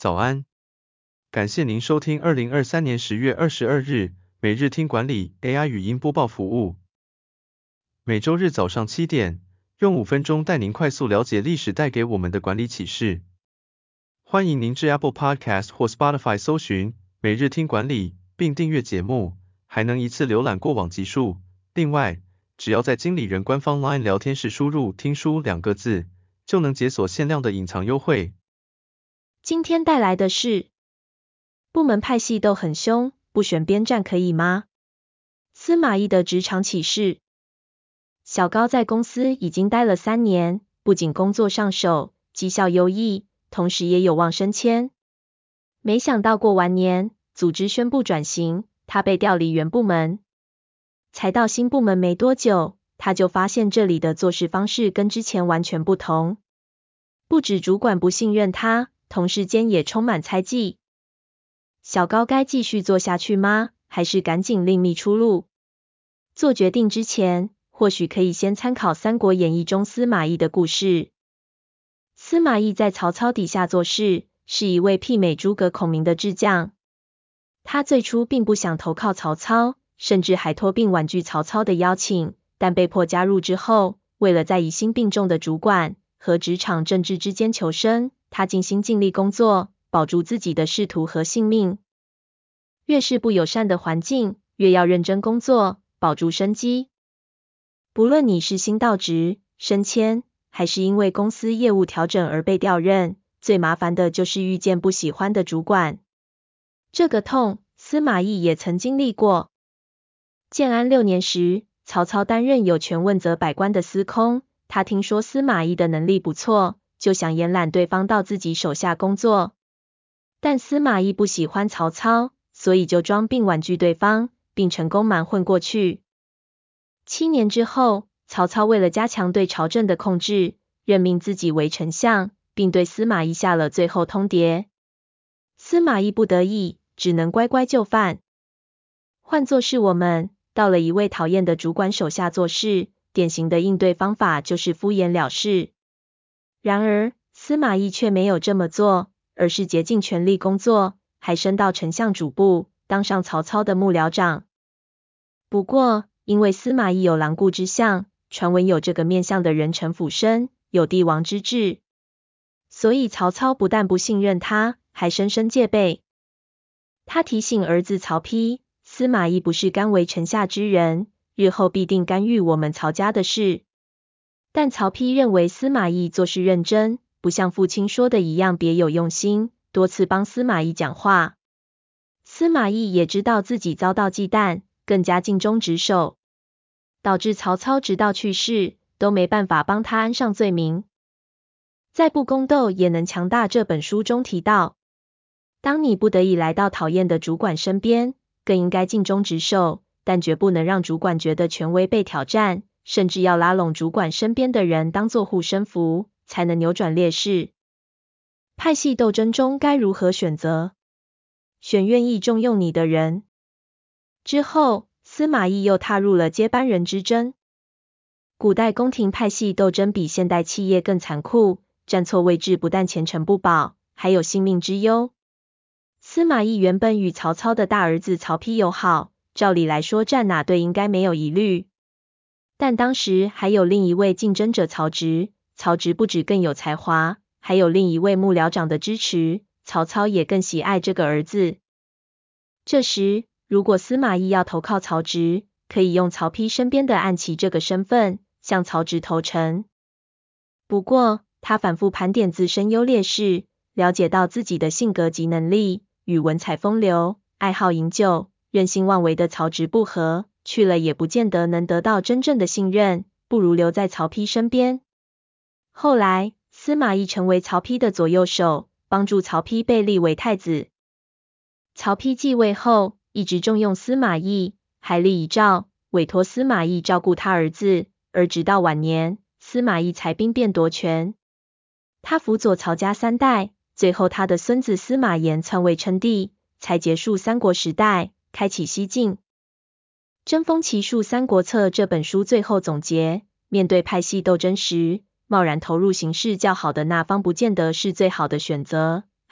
早安，感谢您收听2023年10月22日每日听管理 AI 语音播报服务。每周日早上7点，用5分钟带您快速了解历史带给我们的管理启示。欢迎您至 Apple Podcast 或 Spotify 搜寻每日听管理，并订阅节目，还能一次浏览过往集数。另外，只要在经理人官方 LINE 聊天室输入听书2个字，就能解锁限量的隐藏优惠。 今天带来的是部门派系斗很凶，不选边站可以吗？司马懿的职场启示。小高在公司已经待了3年，不仅工作上手，绩效优异，同时也有望升迁。没想到过完年，组织宣布转型，他被调离原部门。才到新部门没多久，他就发现这里的做事方式跟之前完全不同。不止主管不信任他，同事间也充满猜忌。小高该继续做下去吗？还是赶紧另觅出路？做决定之前，或许可以先参考《三国演义》中司马懿的故事。司马懿在曹操底下做事，是一位媲美诸葛孔明的智将。他最初并不想投靠曹操，甚至还托并婉拒曹操的邀请，但被迫加入之后，为了在疑心病重的主管和职场政治之间求生，他尽心尽力工作，保住自己的仕途和性命。越是不友善的环境，越要认真工作，保住生机。不论你是新到职、升迁，还是因为公司业务调整而被调任，最麻烦的就是遇见不喜欢的主管。这个痛，司马懿也曾经历过。建安6年时，曹操担任有权问责百官的司空，他听说司马懿的能力不错，就想延揽对方到自己手下工作。但司马懿不喜欢曹操，所以就装病婉拒对方，并成功瞒混过去。7年之后，曹操为了加强对朝政的控制，任命自己为丞相，并对司马懿下了最后通牒。司马懿不得已，只能乖乖就范。换作是我们，到了一位讨厌的主管手下做事，典型的应对方法就是敷衍了事。然而，司马懿却没有这么做，而是竭尽全力工作，还升到丞相主簿，当上曹操的幕僚长。不过，因为司马懿有狼顾之相，传闻有这个面相的人城府深，有帝王之志，所以曹操不但不信任他，还深深戒备。他提醒儿子曹丕，司马懿不是甘为臣下之人，日后必定干预我们曹家的事。但曹丕认为司马懿做事认真，不像父亲说的一样别有用心，多次帮司马懿讲话。司马懿也知道自己遭到忌惮，更加尽忠职守，导致曹操直到去世都没办法帮他安上罪名。在不宫斗也能强大这本书中提到，当你不得已来到讨厌的主管身边，更应该尽忠职守，但绝不能让主管觉得权威被挑战，甚至要拉拢主管身边的人当作护身符，才能扭转劣势。派系斗争中该如何选择？选愿意重用你的人。之后，司马懿又踏入了接班人之争。古代宫廷派系斗争比现代企业更残酷，站错位置不但前程不保，还有性命之忧。司马懿原本与曹操的大儿子曹丕友好，照理来说站哪队应该没有疑虑。但当时还有另一位竞争者曹植，曹植不止更有才华，还有另一位幕僚长的支持，曹操也更喜爱这个儿子。这时，如果司马懿要投靠曹植，可以用曹丕身边的暗棋这个身份，向曹植投诚。不过，他反复盘点自身优劣势，了解到自己的性格及能力，与文采风流、爱好饮酒、任性妄为的曹植不合，去了也不见得能得到真正的信任，不如留在曹丕身边。后来，司马懿成为曹丕的左右手，帮助曹丕被立为太子。曹丕继位后，一直重用司马懿，还立遗诏，委托司马懿照顾他儿子，而直到晚年，司马懿才兵变夺权。他辅佐曹家3代，最后他的孙子司马炎篡位称帝，才结束三国时代，开启西晋。针锋奇术三国策这本书最后总结，面对派系斗争时，贸然投入形势较好的那方不见得是最好的选择，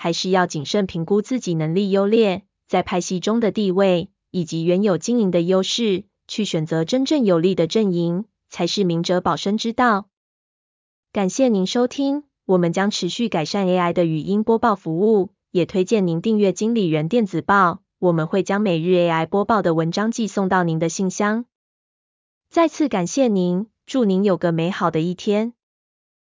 还是要谨慎评估自己能力优劣，在派系中的地位，以及原有经营的优势，去选择真正有利的阵营，才是明哲保身之道。感谢您收听，我们将持续改善 AI 的语音播报服务，也推荐您订阅经理人电子报，我们会将每日 AI 播报的文章寄送到您的信箱。再次感谢您，祝您有个美好的一天。